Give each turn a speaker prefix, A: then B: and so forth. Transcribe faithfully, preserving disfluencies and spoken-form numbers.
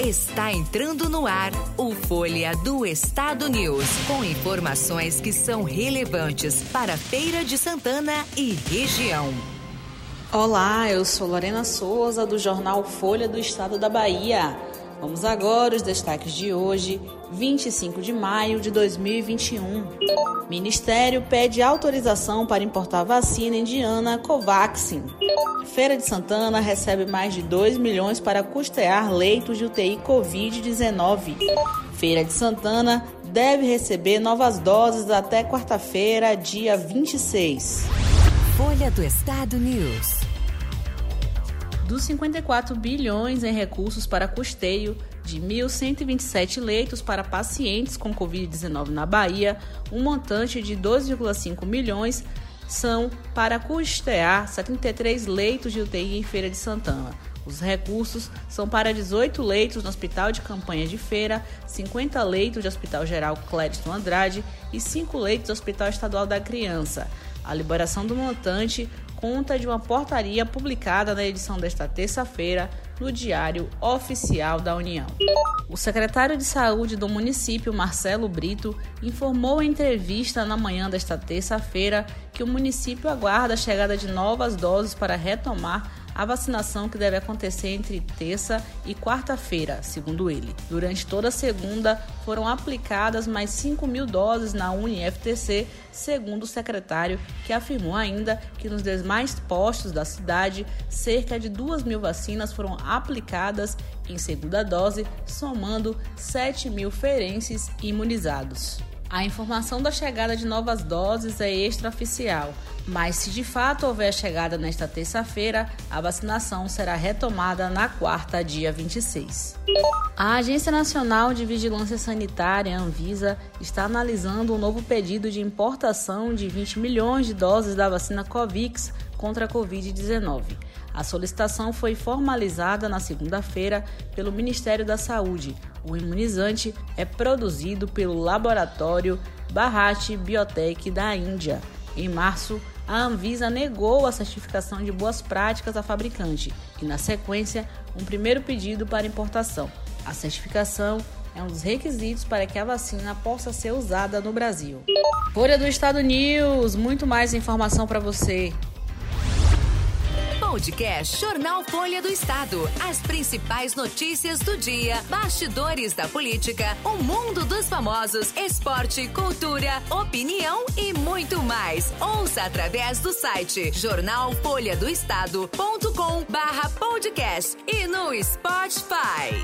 A: Está entrando no ar o Folha do Estado News, com informações que são relevantes para Feira de Santana e região.
B: Olá, eu sou Lorena Souza, do jornal Folha do Estado da Bahia. Vamos agora os destaques de hoje, vinte e cinco de maio de dois mil e vinte e um. Ministério pede autorização para importar vacina indiana Covaxin. Feira de Santana recebe mais de dois milhões para custear leitos de U T I covid dezenove. Feira de Santana deve receber novas doses até quarta-feira, dia vinte e seis.
A: Folha do Estado News.
B: Dos cinquenta e quatro bilhões em recursos para custeio de mil cento e vinte e sete leitos para pacientes com covid dezenove na Bahia, um montante de dois vírgula cinco milhões são para custear setenta e três leitos de U T I em Feira de Santana. Os recursos são para dezoito leitos no Hospital de Campanha de Feira, cinquenta leitos do Hospital Geral Clédito Andrade e cinco leitos do Hospital Estadual da Criança. A liberação do montante conta de uma portaria publicada na edição desta terça-feira no Diário Oficial da União. O secretário de Saúde do município, Marcelo Brito, informou em entrevista na manhã desta terça-feira que o município aguarda a chegada de novas doses para retomar a vacinação que deve acontecer entre terça e quarta-feira, segundo ele. Durante toda a segunda, foram aplicadas mais cinco mil doses na Uni F T C, segundo o secretário, que afirmou ainda que nos demais postos da cidade, cerca de duas mil vacinas foram aplicadas em segunda dose, somando sete mil feirenses imunizados. A informação da chegada de novas doses é extraoficial, mas se de fato houver chegada nesta terça-feira, a vacinação será retomada na quarta, dia vinte e seis. A Agência Nacional de Vigilância Sanitária, Anvisa, está analisando um novo pedido de importação de vinte milhões de doses da vacina Covix contra a covid dezenove. A solicitação foi formalizada na segunda-feira pelo Ministério da Saúde. O imunizante é produzido pelo laboratório Bharat Biotech da Índia. Em março, a Anvisa negou a certificação de boas práticas à fabricante e, na sequência, um primeiro pedido para importação. A certificação é um dos requisitos para que a vacina possa ser usada no Brasil. Folha do Estado News, muito mais informação para você.
A: Podcast Jornal Folha do Estado. As principais notícias do dia, bastidores da política, o mundo dos famosos, esporte, cultura, opinião e muito mais. Ouça através do site jornal folha do estado ponto com barra podcast e no Spotify.